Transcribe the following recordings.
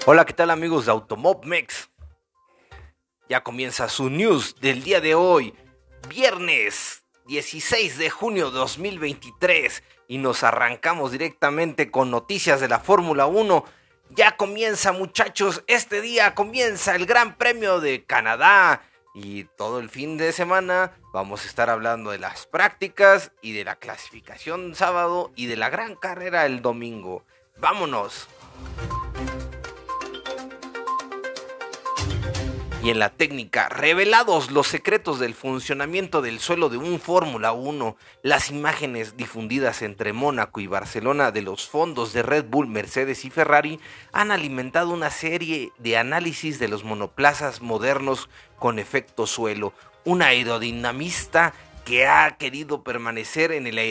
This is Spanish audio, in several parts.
Hola, ¿qué tal amigos de Automobmex? Ya comienza su news del día de hoy, viernes 16 de junio de 2023, y nos arrancamos directamente con noticias de la Fórmula 1. Ya comienza, muchachos, este día comienza el Gran Premio de Canadá y todo el fin de semana vamos a estar hablando de las prácticas y de la clasificación sábado y de la gran carrera el domingo. ¡Vámonos! Y en la técnica, revelados los secretos del funcionamiento del suelo de un Fórmula 1, las imágenes difundidas entre Mónaco y Barcelona de los fondos de Red Bull, Mercedes y Ferrari han alimentado una serie de análisis de los monoplazas modernos con efecto suelo. Un aerodinamista que ha querido permanecer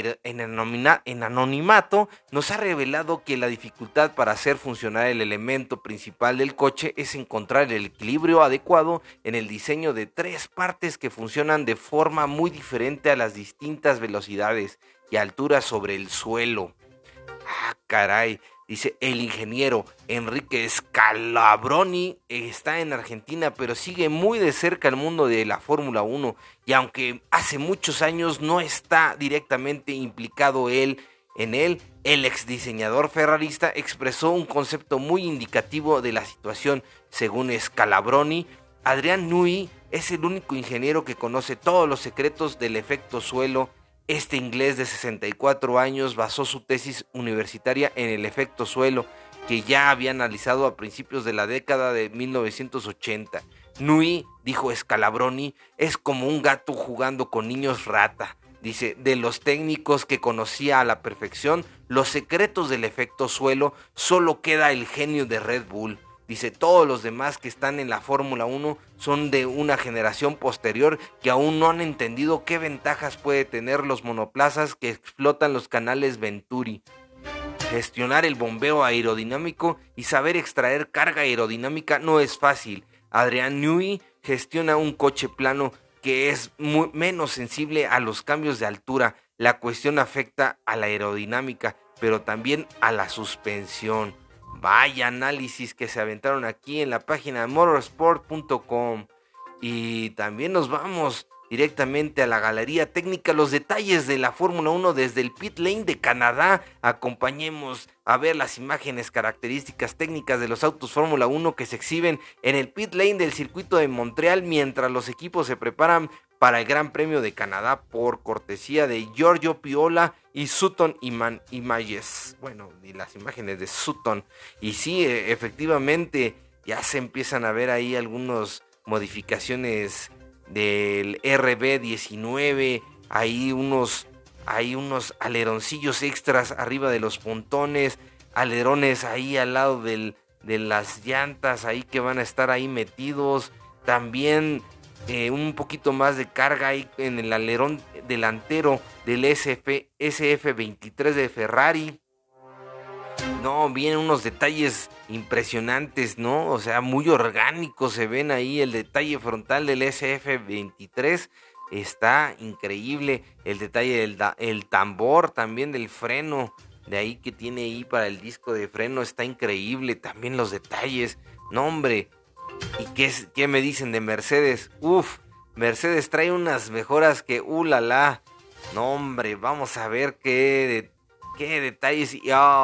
en anonimato, nos ha revelado que la dificultad para hacer funcionar el elemento principal del coche es encontrar el equilibrio adecuado en el diseño de tres partes que funcionan de forma muy diferente a las distintas velocidades y alturas sobre el suelo. Ah, caray. Dice, el ingeniero Enrique Scalabroni está en Argentina, pero sigue muy de cerca el mundo de la Fórmula 1, y aunque hace muchos años no está directamente implicado en él, el ex diseñador ferrarista expresó un concepto muy indicativo de la situación. Según Scalabroni, Adrian Newey es el único ingeniero que conoce todos los secretos del efecto suelo. Este inglés de 64 años basó su tesis universitaria en el efecto suelo, que ya había analizado a principios de la década de 1980. Nui, dijo Scalabroni, es como un gato jugando con niños rata. Dice, de los técnicos que conocía a la perfección los secretos del efecto suelo, solo queda el genio de Red Bull. Dice, todos los demás que están en la Fórmula 1 son de una generación posterior que aún no han entendido qué ventajas puede tener los monoplazas que explotan los canales Venturi. Gestionar el bombeo aerodinámico y saber extraer carga aerodinámica no es fácil. Adrian Newey gestiona un coche plano que es menos sensible a los cambios de altura. La cuestión afecta a la aerodinámica, pero también a la suspensión. Vaya análisis que se aventaron aquí en la página de motorsport.com. Y también nos vamos directamente a la galería técnica, los detalles de la Fórmula 1 desde el pit lane de Canadá. Acompañemos a ver las imágenes características técnicas de los autos Fórmula 1 que se exhiben en el pit lane del circuito de Montreal mientras los equipos se preparan para el Gran Premio de Canadá, por cortesía de Giorgio Piola y Sutton Images. Bueno, y las imágenes de Sutton. Y sí, efectivamente, ya se empiezan a ver ahí algunas modificaciones del RB19, hay unos aleroncillos extras arriba de los pontones, alerones ahí al lado de las llantas ahí que van a estar ahí metidos, también un poquito más de carga ahí en el alerón delantero del SF23 de Ferrari. No, vienen unos detalles impresionantes, ¿no? O sea, muy orgánicos se ven ahí. El detalle frontal del SF23 está increíble. El detalle el tambor también del freno, de ahí que tiene ahí para el disco de freno, está increíble. También los detalles. No, hombre. ¿Y qué me dicen de Mercedes? Uf, Mercedes trae unas mejoras que, la la. No, hombre, vamos a ver qué detalles.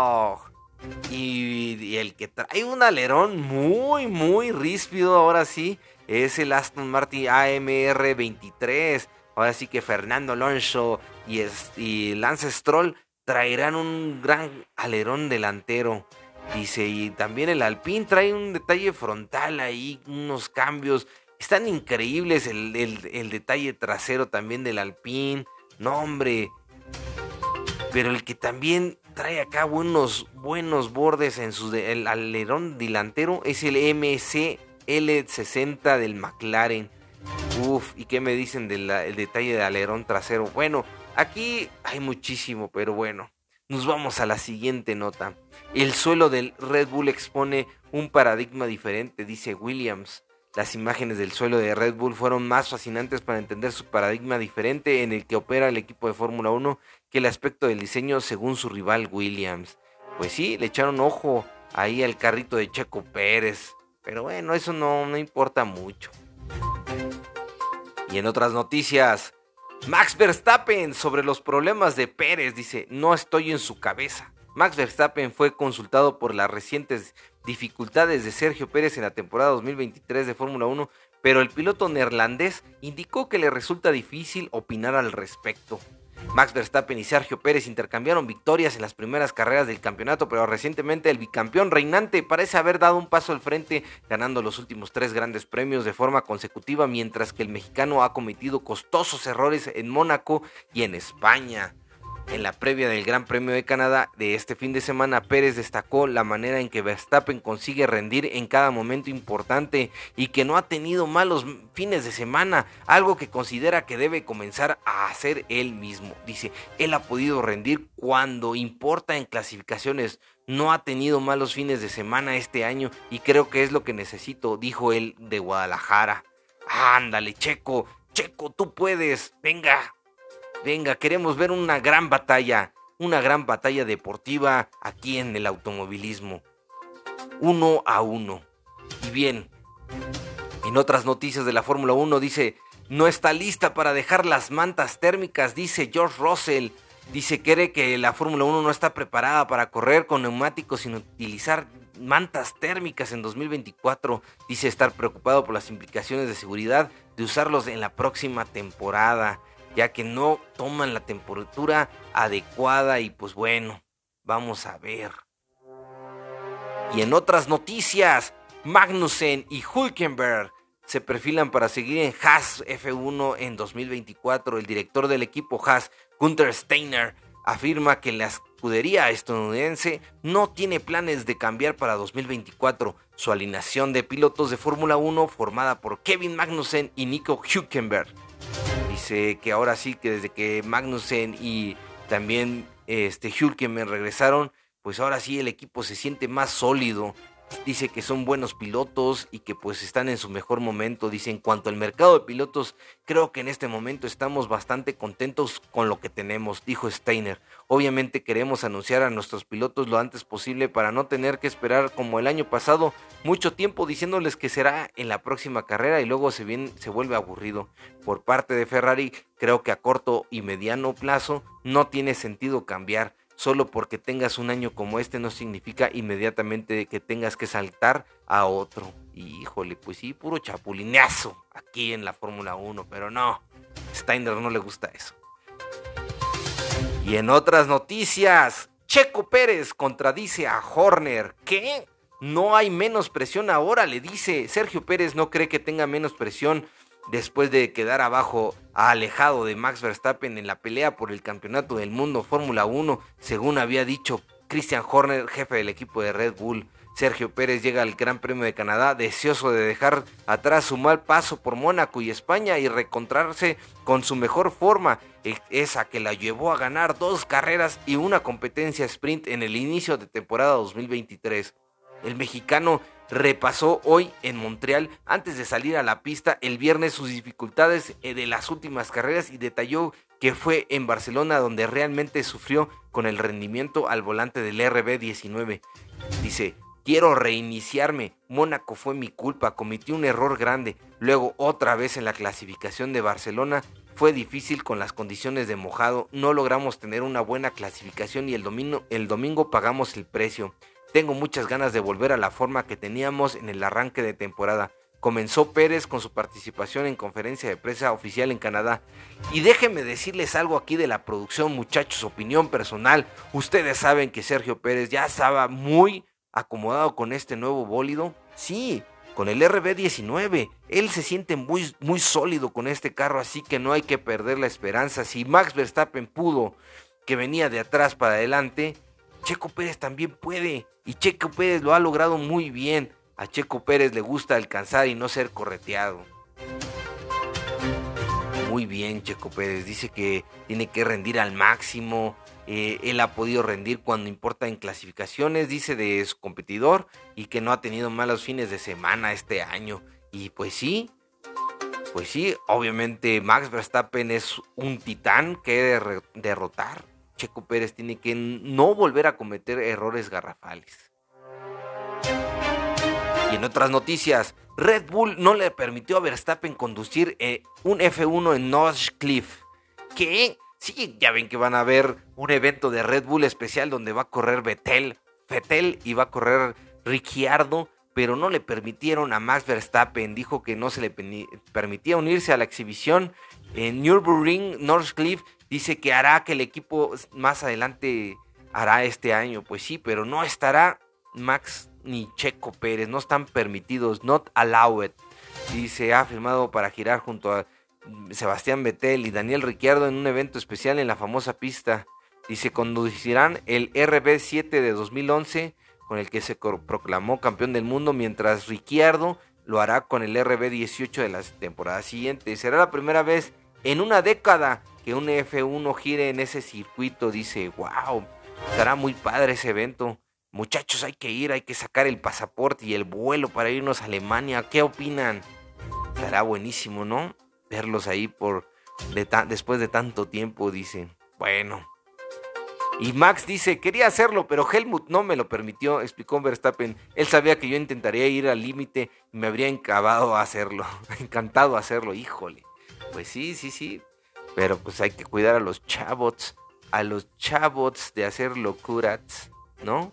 Y el que trae un alerón muy, muy ríspido, ahora sí, es el Aston Martin AMR 23. Ahora sí que Fernando Alonso y Lance Stroll traerán un gran alerón delantero. Dice, y también el Alpine trae un detalle frontal ahí, unos cambios. Están increíbles el detalle trasero también del Alpine. No, hombre. Pero el que también trae acá buenos bordes en el alerón delantero es el MCL60 del McLaren. Uf, ¿y qué me dicen del detalle del alerón trasero? Bueno, aquí hay muchísimo, pero bueno, nos vamos a la siguiente nota. El suelo del Red Bull expone un paradigma diferente, dice Williams. Las imágenes del suelo de Red Bull fueron más fascinantes para entender su paradigma diferente en el que opera el equipo de Fórmula 1 que el aspecto del diseño según su rival Williams. Pues sí, le echaron ojo ahí al carrito de Checo Pérez. Pero bueno, eso no importa mucho. Y en otras noticias, Max Verstappen sobre los problemas de Pérez dice, no estoy en su cabeza. Max Verstappen fue consultado por las recientes dificultades de Sergio Pérez en la temporada 2023 de Fórmula 1, pero el piloto neerlandés indicó que le resulta difícil opinar al respecto. Max Verstappen y Sergio Pérez intercambiaron victorias en las primeras carreras del campeonato, pero recientemente el bicampeón reinante parece haber dado un paso al frente, ganando los últimos 3 grandes premios de forma consecutiva, mientras que el mexicano ha cometido costosos errores en Mónaco y en España. En la previa del Gran Premio de Canadá de este fin de semana, Pérez destacó la manera en que Verstappen consigue rendir en cada momento importante y que no ha tenido malos fines de semana, algo que considera que debe comenzar a hacer él mismo. Dice, él ha podido rendir cuando importa en clasificaciones, no ha tenido malos fines de semana este año y creo que es lo que necesito, dijo él de Guadalajara. Ándale, Checo, tú puedes, venga. Venga, queremos ver una gran batalla deportiva aquí en el automovilismo. 1-1. Y bien, en otras noticias de la Fórmula 1 dice, no está lista para dejar las mantas térmicas, dice George Russell. Dice, cree que la Fórmula 1 no está preparada para correr con neumáticos sin utilizar mantas térmicas en 2024. Dice estar preocupado por las implicaciones de seguridad de usarlos en la próxima temporada, ya que no toman la temperatura adecuada y pues bueno, vamos a ver. Y en otras noticias, Magnussen y Hülkenberg se perfilan para seguir en Haas F1 en 2024. El director del equipo Haas, Günther Steiner, afirma que la escudería estadounidense no tiene planes de cambiar para 2024 su alineación de pilotos de Fórmula 1 formada por Kevin Magnussen y Nico Hülkenberg. Dice que ahora sí, que desde que Magnussen y también Hülkenberg regresaron, pues ahora sí el equipo se siente más sólido. Dice que son buenos pilotos y que pues están en su mejor momento. Dice, en cuanto al mercado de pilotos, creo que en este momento estamos bastante contentos con lo que tenemos, dijo Steiner. Obviamente queremos anunciar a nuestros pilotos lo antes posible para no tener que esperar como el año pasado mucho tiempo diciéndoles que será en la próxima carrera y luego se vuelve aburrido. Por parte de Ferrari, creo que a corto y mediano plazo no tiene sentido cambiar. Solo porque tengas un año como este no significa inmediatamente que tengas que saltar a otro. Y híjole, pues sí, puro chapulinazo aquí en la Fórmula 1, pero no, Steiner no le gusta eso. Y en otras noticias, Checo Pérez contradice a Horner. ¿Qué? No hay menos presión ahora, le dice. Sergio Pérez no cree que tenga menos presión después de quedar alejado de Max Verstappen en la pelea por el campeonato del mundo Fórmula 1, según había dicho Christian Horner, jefe del equipo de Red Bull. Sergio Pérez llega al Gran Premio de Canadá deseoso de dejar atrás su mal paso por Mónaco y España y reencontrarse con su mejor forma, esa que la llevó a ganar 2 carreras y una competencia sprint en el inicio de temporada 2023. El mexicano repasó hoy en Montreal, antes de salir a la pista el viernes, sus dificultades de las últimas carreras y detalló que fue en Barcelona donde realmente sufrió con el rendimiento al volante del RB19. Dice, quiero reiniciarme, Mónaco fue mi culpa, cometí un error grande, luego otra vez en la clasificación de Barcelona, fue difícil con las condiciones de mojado, no logramos tener una buena clasificación y el domingo pagamos el precio. Tengo muchas ganas de volver a la forma que teníamos en el arranque de temporada. Comenzó Pérez con su participación en conferencia de prensa oficial en Canadá. Y déjenme decirles algo aquí de la producción, muchachos, opinión personal. Ustedes saben que Sergio Pérez ya estaba muy acomodado con este nuevo bólido. Sí, con el RB19. Él se siente muy, muy sólido con este carro, así que no hay que perder la esperanza. Si Max Verstappen pudo, que venía de atrás para adelante, Checo Pérez también puede, y Checo Pérez lo ha logrado muy bien. A Checo Pérez le gusta alcanzar y no ser correteado. Muy bien, Checo Pérez, dice que tiene que rendir al máximo. Él ha podido rendir cuando importa en clasificaciones, dice de su competidor, y que no ha tenido malos fines de semana este año. Y pues sí, obviamente Max Verstappen es un titán que derrotar. Checo Pérez tiene que no volver a cometer errores garrafales. Y en otras noticias, Red Bull no le permitió a Verstappen conducir un F1 en Notchcliffe. ¿Qué? Sí, ya ven que van a ver un evento de Red Bull especial donde va a correr Vettel y va a correr Ricciardo, pero no le permitieron a Max Verstappen. Dijo que no se le permitía unirse a la exhibición en Nürburgring. Notchcliffe dice que hará que el equipo más adelante hará este año. Pues sí, pero no estará Max ni Checo Pérez, no están permitidos, not allowed. Y se ha firmado para girar junto a Sebastián Vettel y Daniel Ricciardo en un evento especial en la famosa pista. Y se conducirán el RB7 de 2011, con el que se proclamó campeón del mundo, mientras Ricciardo lo hará con el RB18 de la temporada siguiente. Será la primera vez en una década que un F1 gire en ese circuito. Dice, wow, estará muy padre ese evento. Muchachos, hay que ir, hay que sacar el pasaporte y el vuelo para irnos a Alemania. ¿Qué opinan? Estará buenísimo, ¿no? Verlos ahí después de tanto tiempo, dice. Bueno. Y Max dice, quería hacerlo, pero Helmut no me lo permitió, explicó Verstappen. Él sabía que yo intentaría ir al límite y me habría encantado hacerlo. Híjole. Pues sí. Pero pues hay que cuidar a los chavots de hacer locuras, ¿no?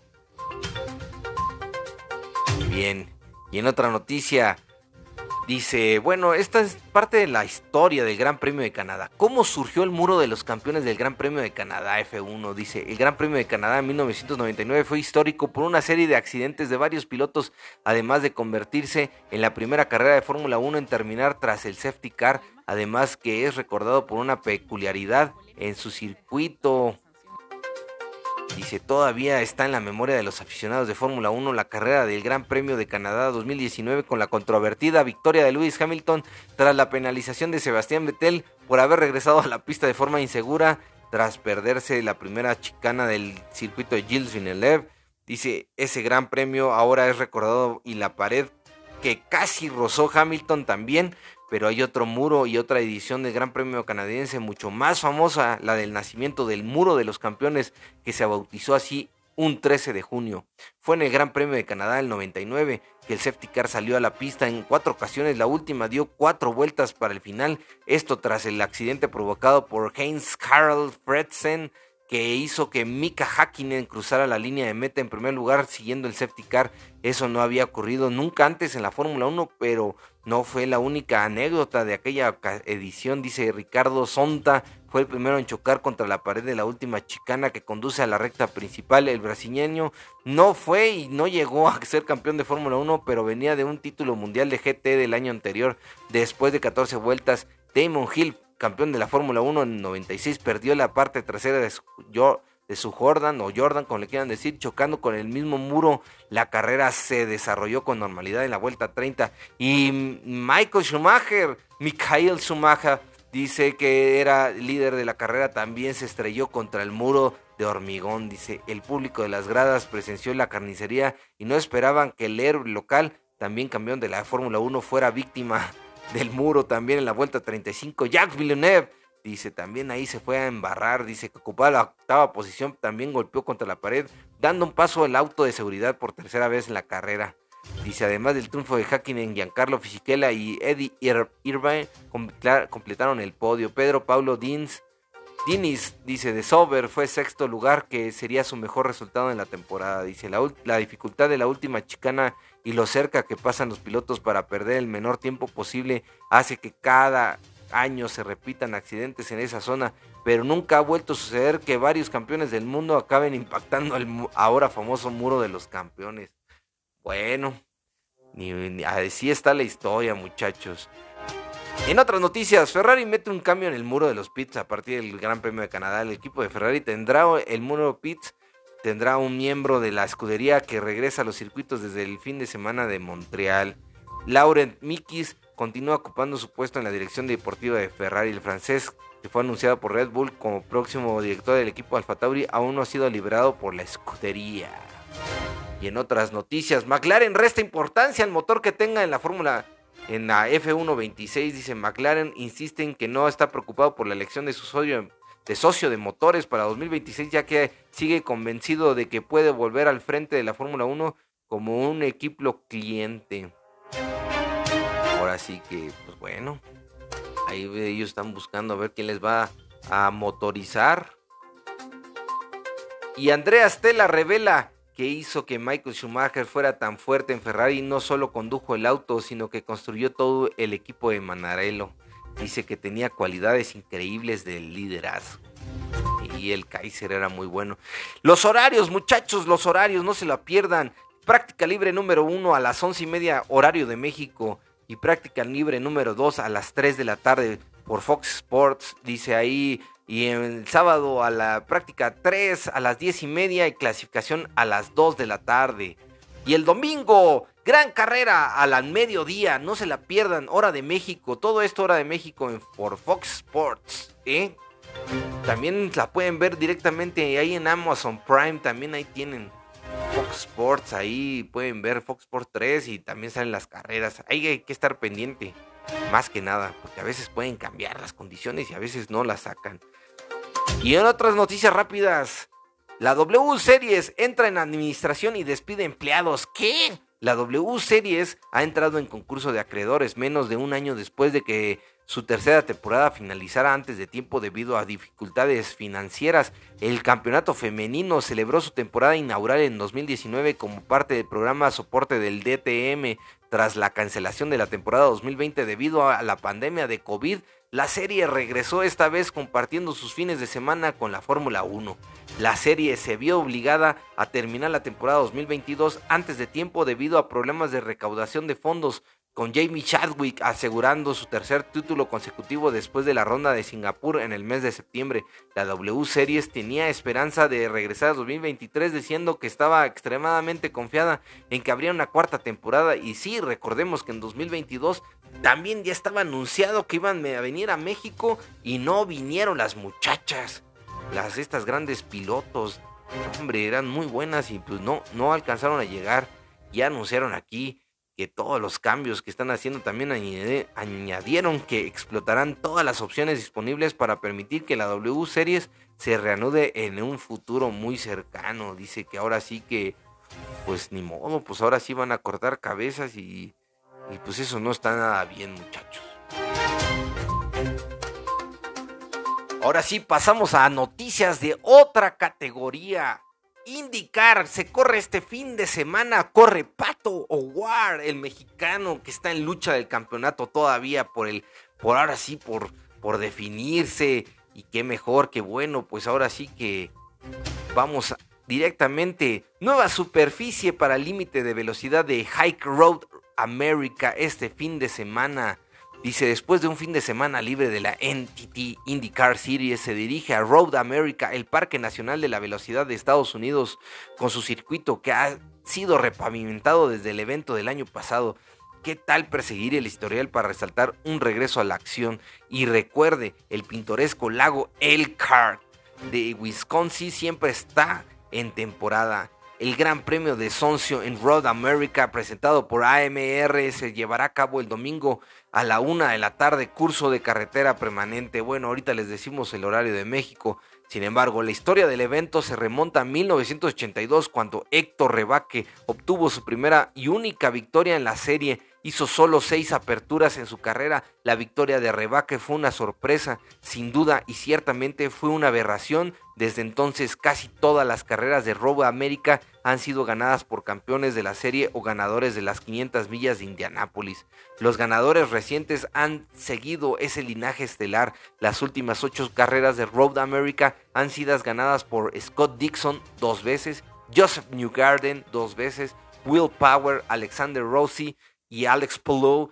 Bien, y en otra noticia, dice, bueno, esta es parte de la historia del Gran Premio de Canadá. ¿Cómo surgió el muro de los campeones del Gran Premio de Canadá F1? Dice, el Gran Premio de Canadá en 1999 fue histórico por una serie de accidentes de varios pilotos, además de convertirse en la primera carrera de Fórmula 1 en terminar tras el safety car, además que es recordado por una peculiaridad en su circuito. Dice, todavía está en la memoria de los aficionados de Fórmula 1 la carrera del Gran Premio de Canadá 2019 con la controvertida victoria de Lewis Hamilton tras la penalización de Sebastián Vettel por haber regresado a la pista de forma insegura tras perderse la primera chicana del circuito de Gilles Villeneuve. Dice, ese Gran Premio ahora es recordado y la pared que casi rozó Hamilton también, pero hay otro muro y otra edición del Gran Premio canadiense mucho más famosa, la del nacimiento del Muro de los Campeones, que se bautizó así un 13 de junio. Fue en el Gran Premio de Canadá del 99 que el safety car salió a la pista en 4 ocasiones, la última dio 4 vueltas para el final, esto tras el accidente provocado por Heinz Harald Frentzen, que hizo que Mika Häkkinen cruzara la línea de meta en primer lugar siguiendo el safety car. Eso no había ocurrido nunca antes en la Fórmula 1, pero no fue la única anécdota de aquella edición. Dice, Ricardo Zonta fue el primero en chocar contra la pared de la última chicana que conduce a la recta principal. El brasileño no fue y no llegó a ser campeón de Fórmula 1, pero venía de un título mundial de GT del año anterior. Después de 14 vueltas, Damon Hill, campeón de la Fórmula 1 en 96, perdió la parte trasera de su Jordan, o Jordan, como le quieran decir, chocando con el mismo muro. La carrera se desarrolló con normalidad en la vuelta 30. Y Michael Schumacher, dice que era líder de la carrera, también se estrelló contra el muro de hormigón. Dice, el público de las gradas presenció la carnicería y no esperaban que el héroe local, también campeón de la Fórmula 1, fuera víctima del muro. También en la vuelta 35, Jacques Villeneuve, dice, también ahí se fue a embarrar. Dice que ocupaba la 8ª posición, también golpeó contra la pared, dando un paso al auto de seguridad por tercera vez en la carrera. Dice, además del triunfo de Häkkinen, Giancarlo Fisichella y Eddie Irvine completaron el podio. Pedro Paulo Diniz, dice, de Sauber fue 6º lugar, que sería su mejor resultado en la temporada. Dice, la dificultad de la última chicana y lo cerca que pasan los pilotos para perder el menor tiempo posible hace que cada año se repitan accidentes en esa zona, pero nunca ha vuelto a suceder que varios campeones del mundo acaben impactando el ahora famoso muro de los campeones. Bueno, así está la historia, muchachos. En otras noticias, Ferrari mete un cambio en el muro de los pits a partir del Gran Premio de Canadá. El equipo de Ferrari tendrá el muro pits, tendrá un miembro de la escudería que regresa a los circuitos desde el fin de semana de Montreal. Laurent Mikis continúa ocupando su puesto en la dirección deportiva de Ferrari. El francés, que fue anunciado por Red Bull como próximo director del equipo AlphaTauri, aún no ha sido liberado por la escudería. Y en otras noticias, McLaren resta importancia al motor que tenga en la F1 26. Dice, McLaren insiste en que no está preocupado por la elección de su socio de motores para 2026, ya que sigue convencido de que puede volver al frente de la Fórmula 1 como un equipo cliente. Ahora sí que, pues bueno, ahí ellos están buscando a ver quién les va a motorizar. Y Andrea Stella revela que hizo que Michael Schumacher fuera tan fuerte en Ferrari. No solo condujo el auto, sino que construyó todo el equipo de Maranello. Dice que tenía cualidades increíbles de liderazgo. Y el Kaiser era muy bueno. Los horarios, muchachos, los horarios, no se la pierdan. Práctica libre número 1 a las 11:30 horario de México. Y práctica libre número 2 a las 3 de la tarde por Fox Sports, dice ahí. Y el sábado a la práctica 3 a las 10:30 y clasificación a las 2 de la tarde. Y el domingo, gran carrera a la mediodía, no se la pierdan, hora de México. Todo esto hora de México por Fox Sports, ¿eh? También la pueden ver directamente ahí en Amazon Prime, también ahí tienen Fox Sports, ahí pueden ver Fox Sports 3 y también salen las carreras. Ahí hay que estar pendiente, más que nada, porque a veces pueden cambiar las condiciones y a veces no las sacan. Y en otras noticias rápidas, la W Series entra en administración y despide empleados. ¿Qué? La W Series ha entrado en concurso de acreedores menos de un año después de que su tercera temporada finalizara antes de tiempo debido a dificultades financieras. El campeonato femenino celebró su temporada inaugural en 2019 como parte del programa soporte del DTM tras la cancelación de la temporada 2020 debido a la pandemia de COVID. La serie regresó esta vez compartiendo sus fines de semana con la Fórmula 1. La serie se vio obligada a terminar la temporada 2022 antes de tiempo debido a problemas de recaudación de fondos, con Jamie Chadwick asegurando su tercer título consecutivo después de la ronda de Singapur en el mes de septiembre. La W Series tenía esperanza de regresar a 2023 diciendo que estaba extremadamente confiada en que habría una cuarta temporada. Y sí, recordemos que en 2022 también ya estaba anunciado que iban a venir a México y no vinieron las muchachas, estas grandes pilotos. Hombre, eran muy buenas y pues no alcanzaron a llegar. Ya anunciaron aquí que todos los cambios que están haciendo también añadieron que explotarán todas las opciones disponibles para permitir que la W Series se reanude en un futuro muy cercano. Dice que ahora sí que, pues ni modo, pues ahora sí van a cortar cabezas y pues eso no está nada bien, muchachos. Ahora sí pasamos a noticias de otra categoría. IndyCar se corre este fin de semana, corre Pato O'Ward, el mexicano que está en lucha del campeonato todavía por definirse. Y qué mejor, qué bueno, pues ahora sí que vamos directamente. Nueva superficie para el límite de velocidad de Hike Road America este fin de semana. Dice, después de un fin de semana libre de la NTT IndyCar Series, se dirige a Road America, el Parque Nacional de la Velocidad de Estados Unidos, con su circuito que ha sido repavimentado desde el evento del año pasado. ¿Qué tal perseguir el historial para resaltar un regreso a la acción? Y recuerde, el pintoresco lago Elkhart de Wisconsin siempre está en temporada. El Gran Premio de Soncio en Road America, presentado por AMR, se llevará a cabo el domingo a la 1 de la tarde, curso de carretera permanente. Bueno, ahorita les decimos el horario de México. Sin embargo, la historia del evento se remonta a 1982, cuando Héctor Rebaque obtuvo su primera y única victoria en la serie. Hizo solo 6 aperturas en su carrera. La victoria de Rebaque fue una sorpresa, sin duda, y ciertamente fue una aberración. Desde entonces, casi todas las carreras de Road America han sido ganadas por campeones de la serie o ganadores de las 500 millas de Indianápolis. Los ganadores recientes han seguido ese linaje estelar. Las últimas 8 carreras de Road America han sido ganadas por Scott Dixon 2 veces, Joseph Newgarden 2 veces, Will Power, Alexander Rossi y Alex Palou.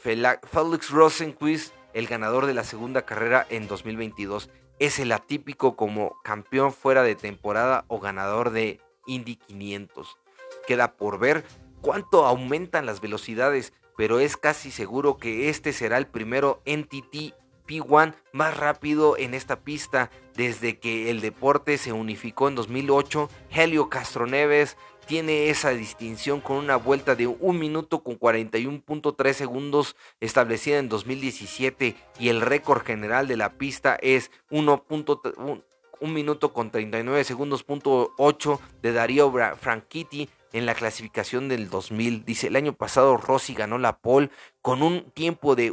Felix Rosenqvist, el ganador de la segunda carrera en 2022, es el atípico como campeón fuera de temporada o ganador de Indy 500. Queda por ver cuánto aumentan las velocidades, pero es casi seguro que este será el primero NTT P1 más rápido en esta pista desde que el deporte se unificó en 2008. Helio Castroneves tiene esa distinción con una vuelta de 1 minuto con 41.3 segundos establecida en 2017, y el récord general de la pista es 1 minuto con 39 segundos.8 de Dario Franchitti en la clasificación del 2000. Dice, el año pasado Rossi ganó la pole con un tiempo de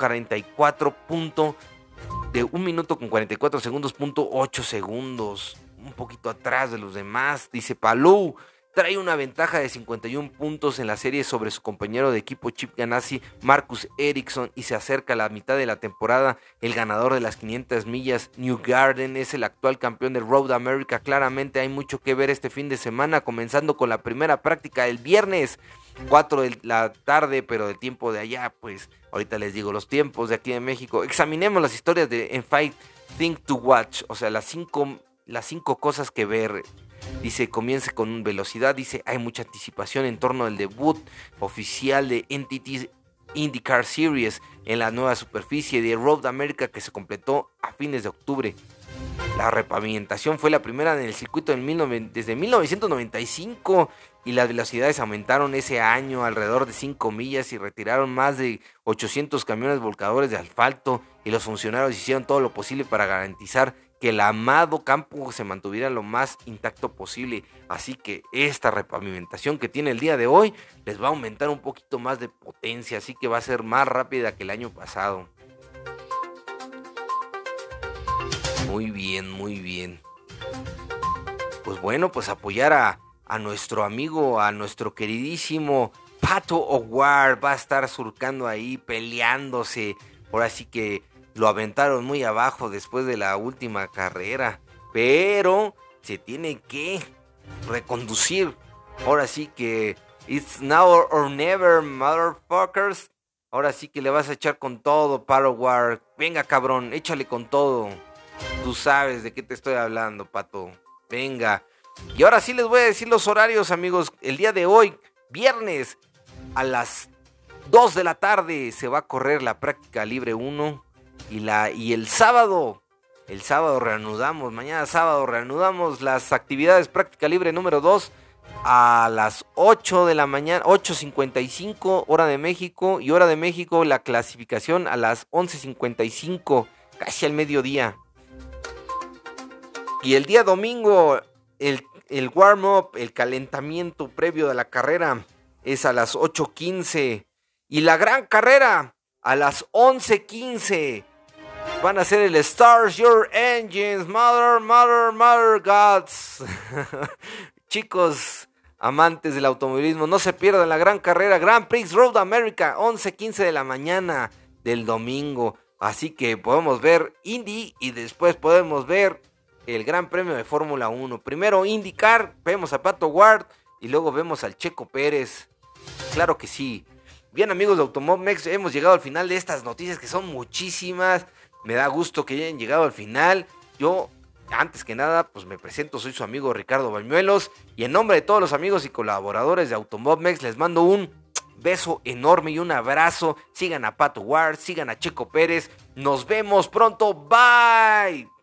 1 minuto con 44 segundos, .8 segundos, un poquito atrás de los demás. Dice, Palou trae una ventaja de 51 puntos en la serie sobre su compañero de equipo Chip Ganassi, Marcus Ericsson, y se acerca a la mitad de la temporada. El ganador de las 500 millas, Newgarden, es el actual campeón de Road America. Claramente hay mucho que ver este fin de semana, comenzando con la primera práctica el viernes, 4 de la tarde, pero del tiempo de allá, pues ahorita les digo los tiempos de aquí de México. Examinemos las historias en Five Things to Watch, o sea, las cinco cosas que ver. Dice, comience con velocidad. Dice, hay mucha anticipación en torno al debut oficial de NTT IndyCar Series en la nueva superficie de Road America, que se completó a fines de octubre. La repavimentación fue la primera en el circuito desde 1995 y las velocidades aumentaron ese año alrededor de 5 millas y retiraron más de 800 camiones volcadores de asfalto, y los funcionarios hicieron todo lo posible para garantizar que el amado campo se mantuviera lo más intacto posible. Así que esta repavimentación que tiene el día de hoy les va a aumentar un poquito más de potencia, así que va a ser más rápida que el año pasado. Muy bien, muy bien. Pues bueno, pues apoyar a nuestro amigo, a nuestro queridísimo Pato O'Ward. Va a estar surcando ahí, peleándose. Ahora sí que lo aventaron muy abajo después de la última carrera, pero se tiene que reconducir. Ahora sí que it's now or never, motherfuckers. Ahora sí que le vas a echar con todo, Pato O'Ward. Venga, cabrón, échale con todo. Tú sabes de qué te estoy hablando, Pato. Venga. Y ahora sí les voy a decir los horarios, amigos. El día de hoy, viernes, a las 2 de la tarde se va a correr la práctica libre 1. Y el sábado reanudamos, mañana sábado reanudamos las actividades práctica libre número 2 a las 8 de la mañana, 8:55 hora de México, y hora de México la clasificación a las 11:55, casi al mediodía. Y el día domingo el warm-up, el calentamiento previo de la carrera es a las 8:15, y la gran carrera a las 11:15. Van a ser el Start Your Engines, Mother Gods. Chicos, amantes del automovilismo, no se pierdan la gran carrera Grand Prix Road America, 11:15 de la mañana del domingo. Así que podemos ver Indy y después podemos ver el Gran Premio de Fórmula 1. Primero IndyCar, vemos a Pato O'Ward y luego vemos al Checo Pérez. Claro que sí. Bien, amigos de Automobmex, hemos llegado al final de estas noticias, que son muchísimas. Me da gusto que hayan llegado al final. Yo, antes que nada, pues me presento, soy su amigo Ricardo Bañuelos, y en nombre de todos los amigos y colaboradores de Automobmex les mando un beso enorme y un abrazo. Sigan a Pato O'Ward, sigan a Checo Pérez. Nos vemos pronto. Bye.